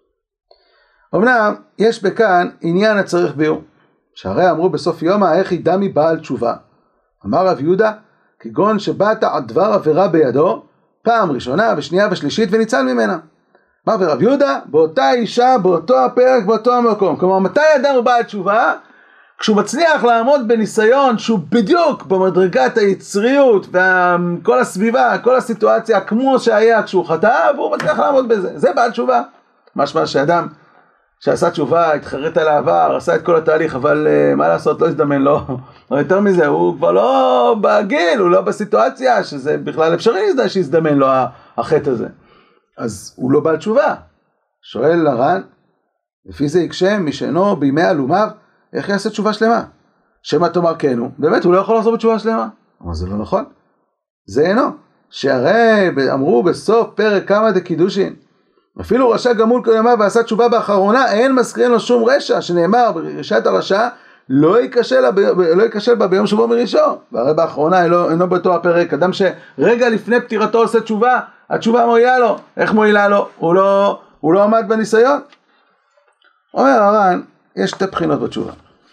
אמנם יש בכאן עניין הצריך ביור, שהרי אמרו בסוף יומא איך ידע מבעל תשובה. אמר רב יהודה, כגון שבאת עד דבר עבירה בידו, פעם ראשונה ושנייה ושלישית וניצל ממנה. אמר ורב יהודה, באותה אישה, באותו הפרק, באותו המקום. כלומר, מתי אדם הוא בעל תשובה? כשהוא מצליח לעמוד בניסיון שהוא בדיוק במדרגת היצריות וכל הסביבה, כל הסיטואציה כמו שהיה כשהוא חטא, והוא מצליח לעמוד בזה. זה בעל תשובה. משמע שאדם שעשה תשובה, התחרט על העבר, עשה את כל התהליך, אבל מה לעשות, לא הזדמן לו. או יותר מזה, הוא כבר לא בגיל, הוא לא בסיטואציה, שזה בכלל אפשרי שיזדמן לו החטא הזה. אז הוא לא בעל תשובה. שואל הר"ן, לפי זה יקשה מי שאינו בימי אלומיו, איך יעשה תשובה שלמה? שמה תאמר כן הוא, באמת הוא לא יכול לעשות בתשובה שלמה. אבל זה לא נכון. זה אינו. שהרי אמרו בסוף פרק כמה דקידושין, אפילו רשע גמול כלמה ועשה תשובה באחרונה, אין מזכירים לו שום רשע, שנאמר ברשעת הרשע, לא ייכשל בה ביום שבו מראשו. והרי באחרונה אינו באותו הפרק, אדם שרגע לפני פטירתו עושה תשובה, התשובה מועילה לו. איך מועילה לו? הוא לא עמד בניסיון. אומר הר"ן, יש שתי בחינות בתשובה.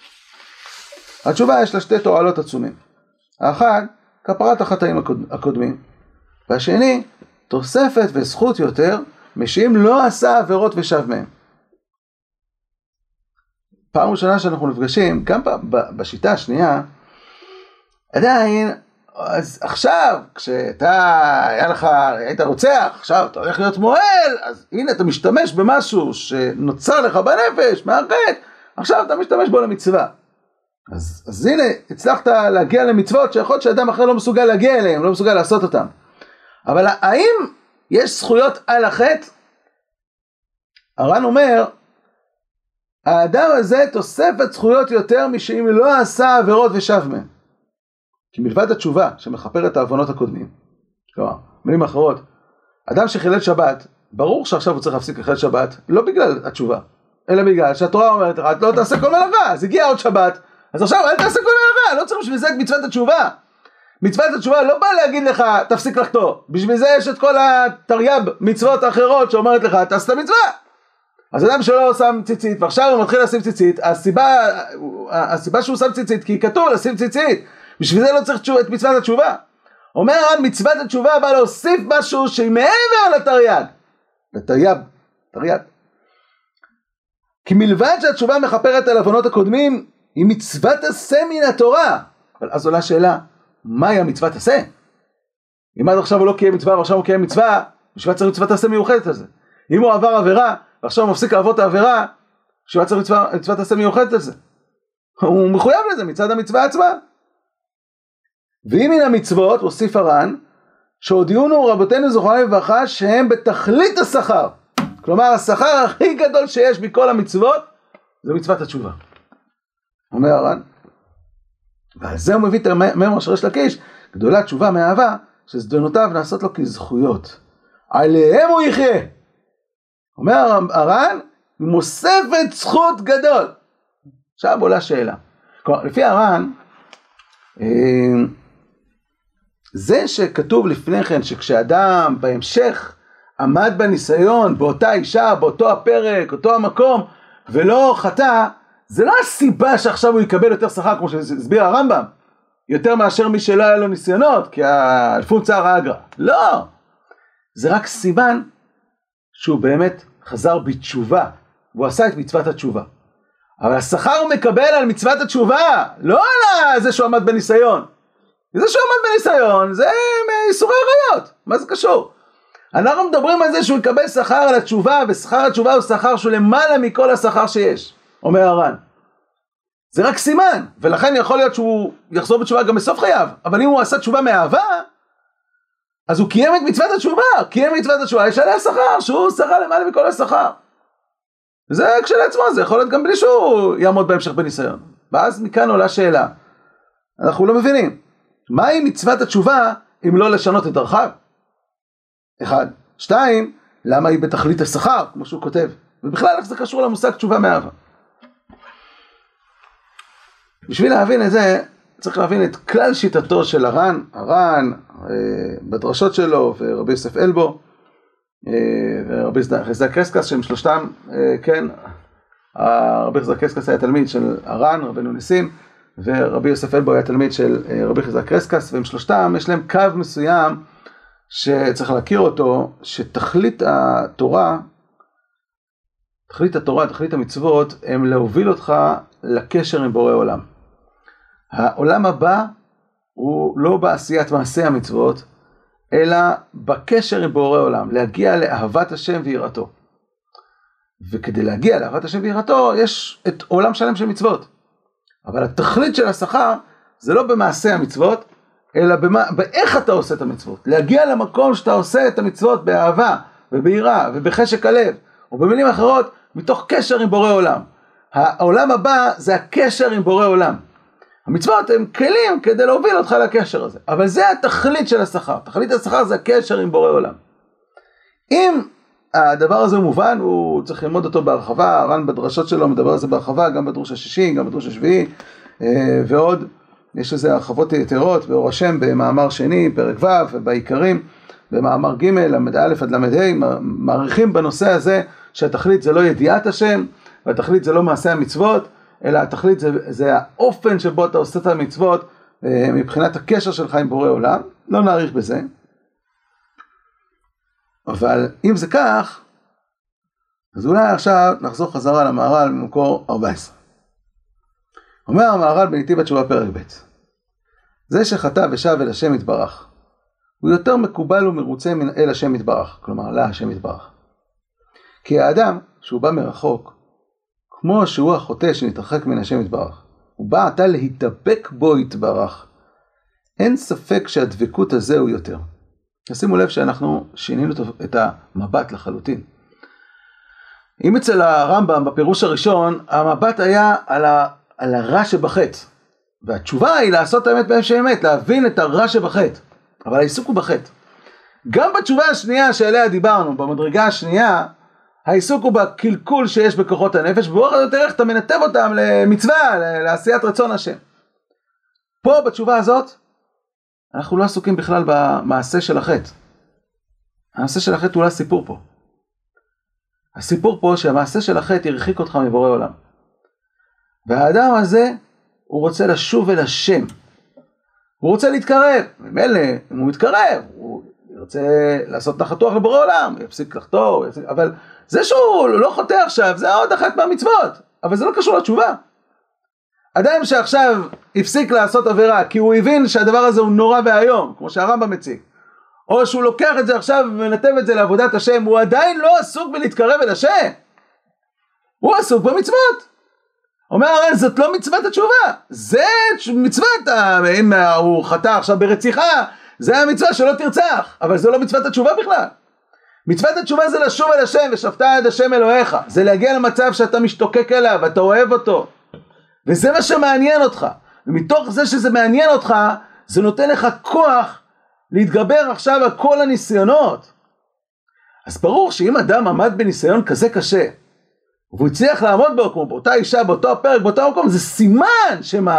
התשובה יש לה שתי תועלות עצומים. האחד, כפרת החטאים הקודמים. והשני, תוספת וזכות יותר, משאם לא עשה עבירות ושב מהם. פעם ראשונה שאנחנו נפגשים, גם בשיטה השנייה, עדיין, אז עכשיו, היית רוצח, עכשיו אתה הולך להיות מועל, אז הנה אתה משתמש במשהו שנוצר לך בנפש, מהחטא, עכשיו אתה משתמש בו למצווה. אז הנה, הצלחת להגיע למצוות שיכול להיות שאדם אחר לא מסוגל להגיע אליהם, לא מסוגל לעשות אותם. אבל האם יש זכויות על החטא? הר"ן אומר, האדם הזה תוספת זכויות יותר משאם לא עשה עבירות ושב מהם. כי מלבד התשובה שמכפר את העוונות הקודמים, כלומר, מילים אחרות, אדם שחילל שבת, ברור שעכשיו הוא צריך להפסיק לחלל שבת, לא בגלל התשובה, אלא בגלל שהתורה אומרת לך, לא תעשה כל מלאכה, אז הגיע עוד שבת, אז עכשיו אל תעשה כל מלאכה, לא צריך בשביל זה את מצוות התשובה. מצוות התשובה לא באה להגיד לך, תפסיק לחטוא, בשביל זה יש את כל התרי"ג מצוות האחרות שאומרת לך, תעשה את המצווה. אז אדם שלא שם ציצית, ועכשיו הוא מתחיל לשים ציצית, הסיבה שהוא שם ציצית, כי כתוב לשים ציצית, בשביל זה לא צריך את מצוות התשובה. אומר הר"ן, מצוות התשובה בא להוסיף משהו שהיא מעבר לתרי"ג. תרי"ג. כי מלבד שהתשובה מכפרת על עוונות הקודמים, היא מצוות עשה מן התורה. אבל אז עולה שאלה, מהי המצוות עשה? אם עד עכשיו הוא לא קיים מצווה, ועכשיו הוא קיים מצווה, בשביל צריך מצוות עשה מיוחדת על זה. אם הוא עבר עבירה, ועכשיו הוא מפסיק לעבוד את העבירה, בשביל צריך מצוות עשה מיוחדת על זה. הוא מחויב לזה מצד המצווה עצמה. ואם מן המצוות, הוסיף הר"ן, שהודיעונו רבותינו זכרונם לברכה שהם בתכלית השכר. כלומר, השכר הכי גדול שיש מכל המצוות, זה מצוות התשובה. אומר הר"ן. ועל זה הוא מביא את המאמר של ריש לקיש, גדולה תשובה מאהבה, שזדונותיו נעשות לו כזכויות. עליהם הוא יחיה. אומר הר"ן, מוספת זכות גדול. עכשיו עולה שאלה. כלומר, לפי הר"ן, זה שכתוב לפני כן שכשאדם בהמשך עמד בניסיון באותה אישה, באותו הפרק, אותו המקום ולא חטא, זה לא הסיבה שעכשיו הוא יקבל יותר שכר כמו שהסביר הרמב"ם, יותר מאשר מי שלא היה לו ניסיונות, כי אלפון צער האגרא. לא, זה רק סימן שהוא באמת חזר בתשובה, והוא עשה את מצוות התשובה. אבל השכר הוא מקבל על מצוות התשובה, לא על זה שהוא עמד בניסיון. זה שהוא עמד בניסיון, זה מאיסורי עריות. מה זה קשור? אנחנו מדברים על זה שהוא יקבל שכר על התשובה, ושכר התשובה הוא שכר שהוא למעלה מכל השכר שיש, אומר הר"ן. זה רק סימן, ולכן יכול להיות שהוא יחזור בתשובה גם בסוף חייו, אבל אם הוא עשה תשובה מאהבה, אז הוא קיים את מצוות התשובה, קיים את מצוות התשובה, יש עליה שכר, שהוא שכר למעלה מכל השכר. וזה כשלעצמו, זה יכול להיות גם בלי שהוא יעמוד בהמשך בניסיון. ואז מכאן עולה שאלה, אנחנו לא מבינים, מהי מצוות התשובה אם לא לשנות את דרכיו? 1. 2. למה היא בתכלית השכר, כמו שהוא כותב? ובכלל איך זה קשור למושג תשובה מאהבה? בשביל להבין את זה, צריך להבין את כלל שיטתו של הר"ן, בדרשות שלו, ורבי יוסף אלבו, ורבי חזקיה קרסקס, שהם שלושתם, כן, רבי חזקיה קרסקס היה תלמיד של הר"ן, רבנו ניסים, ורבי יוסף אלבו היה תלמיד של רבי חזקיה קרסקס, והם שלושתם, יש להם קו מסוים שצריך להכיר אותו, שתכלית התורה, תכלית המצוות, הם להוביל אותך לקשר עם בורא עולם. העולם הבא הוא לא בעשיית מעשי המצוות, אלא בקשר עם בורא עולם, להגיע לאהבת השם ויראתו. וכדי להגיע לאהבת השם ויראתו, יש את עולם שלם של מצוות. אבל התכלית של השכר, זה לא במעשי המצוות, אלא באיך אתה עושה את המצוות. להגיע למקום שאתה עושה את המצוות באהבה, וביראה, ובחשק הלב, או במילים אחרות, מתוך קשר עם בורא עולם. העולם הבא זה הקשר עם בורא עולם. המצוות הם כלים כדי להוביל אותך לקשר הזה. אבל זה התכלית של השכר. תכלית השכר זה הקשר עם בורא עולם. אם הדבר הזה מובן, הוא צריך ללמוד אותו בהרחבה. הר"ן בדרשות שלו מדבר על זה בהרחבה, גם בדרוש השישי, גם בדרוש השביעי, ועוד. יש לזה הרחבות יתרות, באור השם, במאמר שני, פרק ו', ובעיקרים, במאמר ג', למד א' עד למד ה', מעריכים בנושא הזה שהתכלית זה לא ידיעת השם, והתכלית זה לא מעשה המצוות, אלא התכלית זה האופן שבו אתה עושה את המצוות, מבחינת הקשר שלך עם בורא עולם. לא נעריך בזה. אבל אם זה כך, אז אולי עכשיו נחזור חזרה למהר"ל ממקור 14. אומר המהר"ל בנתיב התשובה פרק ב', זה שחטא ושב אל השם יתברך, הוא יותר מקובל ומרוצה אל השם יתברך, כלומר לה השם יתברך. כי האדם שהוא בא מרחוק, כמו שהוא החוטא שנתרחק מן השם יתברך, הוא בא עתה להתדבק בו יתברך, אין ספק שהדבקות הזה הוא יותר. שימו לב שאנחנו שינינו את המבט לחלוטין. אם אצל הרמב"ם בפירוש הראשון, המבט היה על הרע שבחטא, והתשובה היא לעשות האמת באיפה האמת, להבין את הרע שבחטא, אבל העיסוק הוא בחטא. גם בתשובה השנייה שעליה דיברנו, במדרגה השנייה, העיסוק הוא בקלקול שיש בכוחות הנפש, ובאורח יותר איך אתה מנתב אותם למצווה, לעשיית רצון השם. פה בתשובה הזאת, אנחנו לא עסוקים בכלל במעשה של החטא. המעשה של החטא הוא לא הסיפור פה. הסיפור פה שהמעשה של החטא ירחיק אותך מבורא עולם. והאדם הזה, הוא רוצה לשוב אל השם. הוא רוצה להתקרב. ממילא, אם הוא מתקרב, הוא רוצה לעשות נחתוח לבורא עולם, יפסיק לחתור, אבל זה שהוא לא חוטא עכשיו, זה עוד אחת מהמצוות, אבל זה לא קשור לתשובה. אדם שעכשיו הפסיק לעשות עבירה, כי הוא הבין שהדבר הזה הוא נורא והיום, כמו שהרמב"ם מציג, או שהוא לוקח את זה עכשיו ומנתב את זה לעבודת השם, הוא עדיין לא עסוק בלהתקרב אל השם. הוא עסוק במצוות. אומר הר"ן, זאת לא מצוות התשובה, זה מצוות, אם הוא חטא עכשיו ברציחה, זה המצווה שלא תרצח, אבל זה לא מצוות התשובה בכלל. מצוות התשובה זה לשוב אל השם, ושבת עד השם אלוהיך, זה להגיע למצב שאתה משתוקק אליו, אתה אוהב אותו, וזה מה שמעניין אותך, ומתוך זה שזה מעניין אותך, זה נותן לך כוח להתגבר עכשיו על כל הניסיונות. אז ברור שאם אדם עמד בניסיון כזה קשה, והוא הצליח לעמוד בו, כמו באותה אישה, באותו הפרק, באותו מקום, זה סימן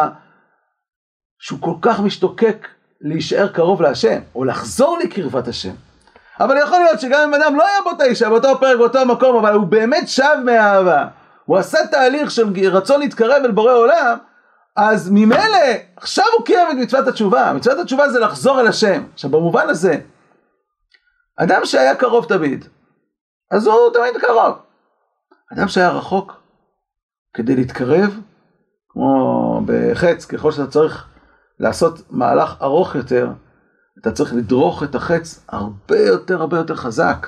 שהוא כל כך משתוקק להישאר קרוב להשם, או לחזור לקרבת השם. אבל יכול להיות שגם אם אדם לא היה באותה אישה, באותו פרק, באותו מקום, אבל הוא באמת שב מהאהבה, הוא עשה תהליך של רצון להתקרב אל בורא עולם, אז ממילא, עכשיו הוא קיים את מצוות התשובה. מצוות התשובה זה לחזור אל השם. עכשיו במובן הזה, אדם שהיה קרוב תמיד, אז הוא תמיד קרוב. אדם שהיה רחוק, כדי להתקרב, כמו בחץ, ככל שאתה צריך לעשות מהלך ארוך יותר, אתה צריך לדרוך את החץ הרבה יותר חזק.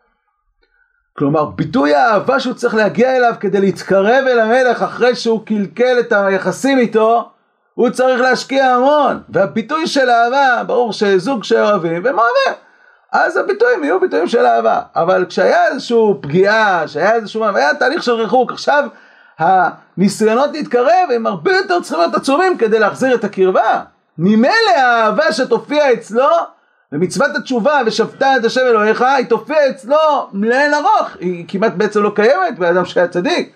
כלומר, ביטוי האהבה שהוא צריך להגיע אליו כדי להתקרב אל המלך אחרי שהוא קלקל את היחסים איתו, הוא צריך להשקיע המון. והביטוי של אהבה, ברור שזוג שאוהבים והם אוהבים, אז הביטויים יהיו ביטויים של אהבה. אבל כשהיה איזשהו פגיעה, היה תהליך של ריחוק, עכשיו הניסיונות להתקרב הם הרבה יותר צריכים להיות עצומים כדי להחזיר את הקרבה. ממילא האהבה שתופיע אצלו ומצוות התשובה ושבת עד השם אלוהיך, היא תופיע אצלו לאין ארוך, היא כמעט בעצם לא קיימת באדם שהיה צדיק.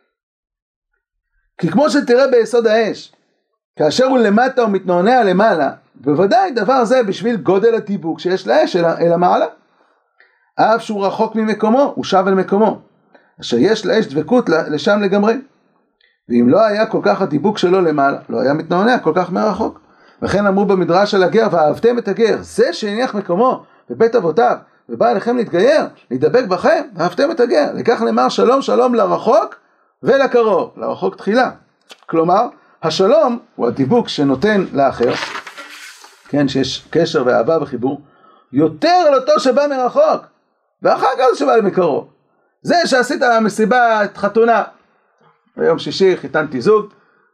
כי כמו שתראה ביסוד האש, כאשר הוא למטה ומתנוענע למעלה, בוודאי דבר זה בשביל גודל הדיבוק שיש לאש אל המעלה. אף שהוא רחוק ממקומו, הוא שב אל מקומו, אשר יש לאש דבקות לשם לגמרי. ואם לא היה כל כך הדיבוק שלו למעלה, לא היה מתנוענע כל כך מרחוק. וכן אמרו במדרש על הגר, ואהבתם את הגר, זה שהניח מקומו בבית אבותיו, ובא אליכם להתגייר, להידבק בכם, ואהבתם את הגר. לכך נאמר שלום שלום לרחוק ולקרוב, לרחוק תחילה. כלומר, השלום הוא הדיבוק שנותן לאחר, כן, שיש קשר ואהבה וחיבור, יותר לאותו שבא מרחוק, ואחר כך זה שבא מקרוב. זה שעשית מסיבת חתונה, ביום שישי חיתנתי זוג,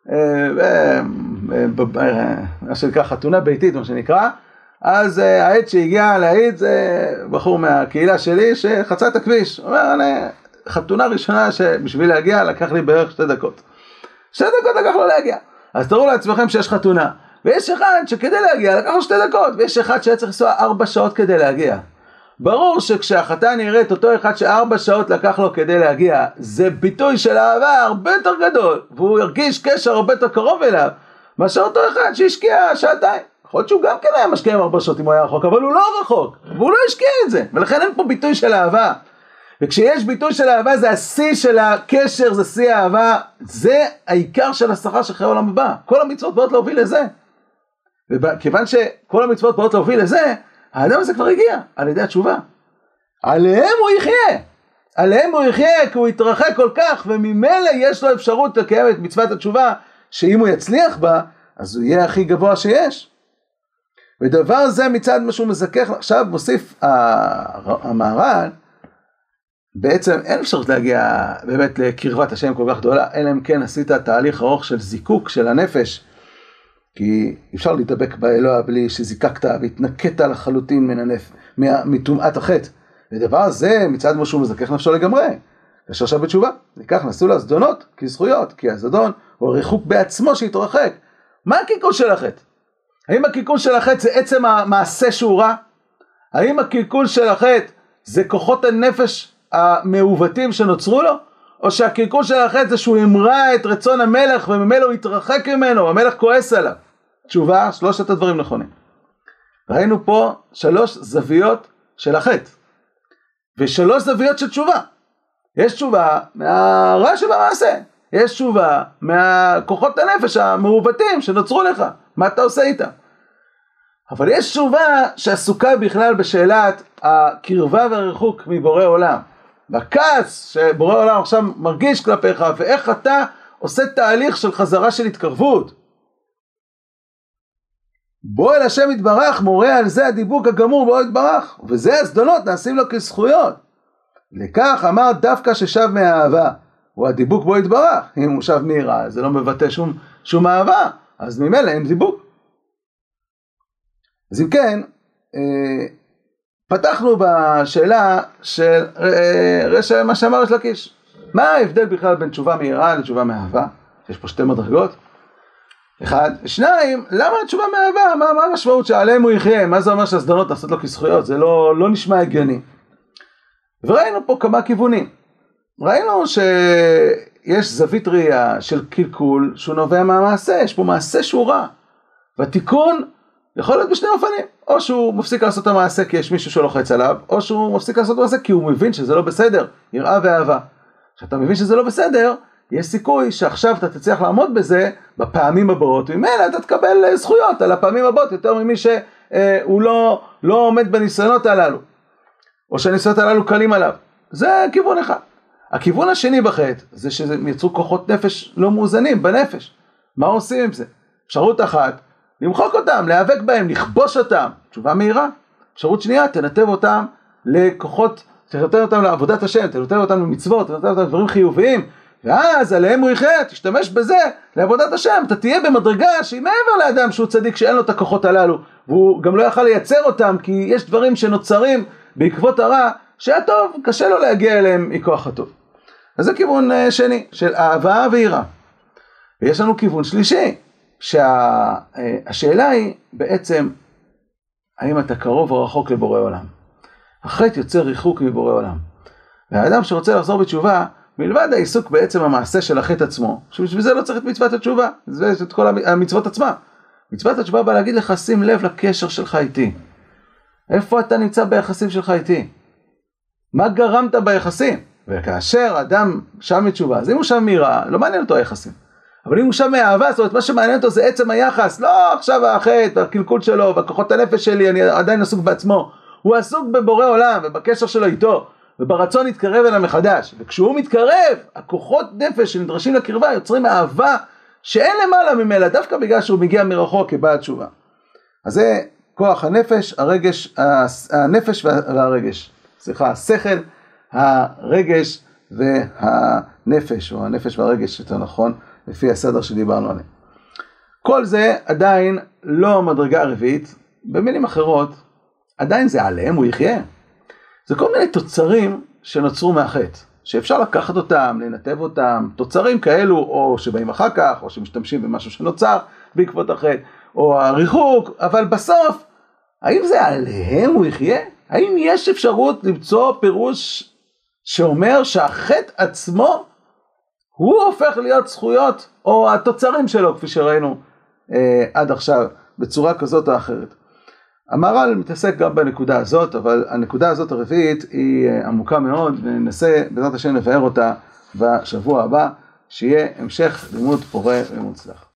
מה שנקרא חתונה ביתית, מה שנקרא, אז העד שהגיע להעיד זה בחור מהקהילה שלי שחצה את הכביש. הוא אומר, חתונה ראשונה שבשביל להגיע לקח לי בערך 2 דקות. 2 דקות לקח לו להגיע. אז תראו לעצמכם שיש חתונה, ויש אחד שכדי להגיע לקח לו 2 דקות, ויש אחד שהיה צריך לנסוע 4 שעות כדי להגיע. ברור שכשהחתן יראה את אותו אחד ש4 שעות לקח לו כדי להגיע, זה ביטוי של אהבה הרבה יותר גדול, והוא ירגיש קשר הרבה יותר קרוב אליו, מאשר אותו אחד שהשקיע 2 שעות. יכול להיות שהוא גם כן היה משקיע 4 שעות אם הוא היה רחוק, אבל הוא לא רחוק, והוא לא השקיע את זה, ולכן אין פה ביטוי של אהבה. וכשיש ביטוי של אהבה, זה השיא של הקשר, זה שיא האהבה, זה העיקר של השכר של חיי העולם הבא. כל המצוות באות להוביל לזה. וכיוון שכל המצוות באות להוביל לזה, האדם הזה כבר הגיע על ידי התשובה. עליהם הוא יחיה. עליהם הוא יחיה כי הוא יתרחק כל כך, וממילא יש לו אפשרות לקיים את מצוות התשובה, שאם הוא יצליח בה, אז הוא יהיה הכי גבוה שיש. ודבר זה מצד מה שהוא מזכך, עכשיו מוסיף המהר"ל, בעצם אין אפשרות להגיע באמת לקרבת השם כל כך גדולה, אלא אם כן עשית תהליך ארוך של זיקוק של הנפש, כי אפשר להתאבק באלוה בלי שזיקקת והתנקת לחלוטין מטומאת החטא. ודבר זה מצד מה שהוא מזכך נפשו לגמרי. כאשר עכשיו בתשובה, לכך נעשו לה זדונות כזכויות, כי הזדון הוא הריחוק בעצמו שהתרחק. מה הקלקול של החטא? האם הקלקול של החטא זה עצם המעשה שהוא רע? האם הקלקול של החטא זה כוחות הנפש המעוותים שנוצרו לו? או שהקלקול של החטא זה שהוא המרא את רצון המלך וממילא הוא התרחק ממנו, המלך כועס עליו? תשובה, שלושת הדברים נכונים. ראינו פה 3 זוויות של החטא, ו3 זוויות של תשובה. יש תשובה מהרע שבמעשה, יש תשובה מהכוחות הנפש המעוותים שנוצרו לך, מה אתה עושה איתם? אבל יש תשובה שעסוקה בכלל בשאלת הקרבה והריחוק מבורא עולם, והכעס שבורא עולם עכשיו מרגיש כלפיך, ואיך אתה עושה תהליך של חזרה של התקרבות. בוא אל השם יתברך, מורה על זה הדיבוק הגמור בו יתברך, וזה הזדונות נעשים לו כזכויות. לכך אמר דווקא ששב מהאהבה, הוא הדיבוק בו יתברך. אם הוא שב מהירה, זה לא מבטא שום אהבה, אז ממילא אין דיבוק. אז אם כן, פתחנו בשאלה של מה שאמר ריש לקיש. מה ההבדל בכלל בין תשובה מהירה לתשובה מאהבה? יש פה 2 מדרגות. 1, 2, למה התשובה מאהבה? מה המשמעות שעליהם הוא יחיה? מה זה אומר שהזדונות נעשות לו כזכויות? זה לא נשמע הגיוני. וראינו פה כמה כיוונים. ראינו שיש זווית ראייה של קלקול שהוא נובע מהמעשה, יש פה מעשה שהוא רע. והתיקון יכול להיות בשני אופנים. או שהוא מפסיק לעשות את המעשה כי יש מישהו שלוחץ עליו, או שהוא מפסיק לעשות את המעשה כי הוא מבין שזה לא בסדר, יראה ואהבה. כשאתה מבין שזה לא בסדר, יש סיכוי שעכשיו אתה תצליח לעמוד בזה בפעמים הבאות, וממילא אתה תקבל זכויות על הפעמים הבאות, יותר ממי שהוא לא עומד בניסיונות הללו, או שהניסיונות הללו קלים עליו. זה כיוון אחד. הכיוון השני בחטא, זה שהם יצרו כוחות נפש לא מאוזנים בנפש. מה עושים עם זה? אפשרות אחת, למחוק אותם, להיאבק בהם, לכבוש אותם. תשובה מהירה. אפשרות שנייה, תנתב אותם לכוחות, תנתב אותם לעבודת השם, תנתב אותם למצוות, תנתב אותם לדברים חיוביים, ואז עליהם הוא יחיה, תשתמש בזה לעבודת השם. אתה תהיה במדרגה שהיא מעבר לאדם שהוא צדיק שאין לו את הכוחות הללו, והוא גם לא יכל לייצר אותם, כי יש דברים שנוצרים בעקבות הרע, שהטוב קשה לו להגיע אליהם מכוח הטוב. אז זה כיוון שני, של אהבה ויראה. ויש לנו כיוון שלישי, שהשאלה היא בעצם, האם אתה קרוב או רחוק לבורא עולם? החטא יוצר ריחוק מבורא עולם. והאדם שרוצה לחזור בתשובה, מלבד העיסוק בעצם המעשה של החטא עצמו, שבשביל זה לא צריך את מצוות התשובה, זה את כל המצוות עצמה. מצוות התשובה בא להגיד לך, שים לב לקשר שלך איתי. איפה אתה נמצא ביחסים שלך איתי? מה גרמת ביחסים? וכאשר אדם שם מתשובה, אז אם הוא שם מיראה, לא מעניין אותו היחסים. אבל אם הוא שם מאהבה, זאת אומרת, מה שמעניין אותו זה עצם היחס, לא עכשיו החטא והקלקול שלו, והכוחות הנפש שלי, אני עדיין עסוק בעצמו. הוא עסוק בבורא עולם ובקשר שלו איתו, וברצון להתקרב אליו מחדש. וכשהוא מתקרב, הכוחות נפש שנדרשים לקרבה יוצרים אהבה שאין למעלה ממנה, דווקא בגלל שהוא מגיע מרחוק כבעל תשובה. אז זה כוח הנפש, הנפש והרגש. סליחה, השכל, הרגש והנפש, או הנפש והרגש, יותר נכון, לפי הסדר שדיברנו עליהם. כל זה עדיין לא מדרגה רביעית, במילים אחרות, עדיין זה עליהם הוא יחיה. זה כל מיני תוצרים שנוצרו מהחטא, שאפשר לקחת אותם, לנתב אותם, תוצרים כאלו, או שבאים אחר כך, או שמשתמשים במשהו שנוצר בעקבות החטא, או הריחוק, אבל בסוף, האם זה עליהם הוא יחיה? האם יש אפשרות למצוא פירוש שאומר שהחטא עצמו הוא הופך להיות זכויות, או התוצרים שלו, כפי שראינו עד עכשיו, בצורה כזאת או אחרת. המהר"ל מתעסק גם בנקודה הזאת, אבל הנקודה הזאת הרביעית היא עמוקה מאוד, וננסה בעזרת השם לבאר אותה בשבוע הבא, שיהיה המשך לימוד פורה ומוצלח.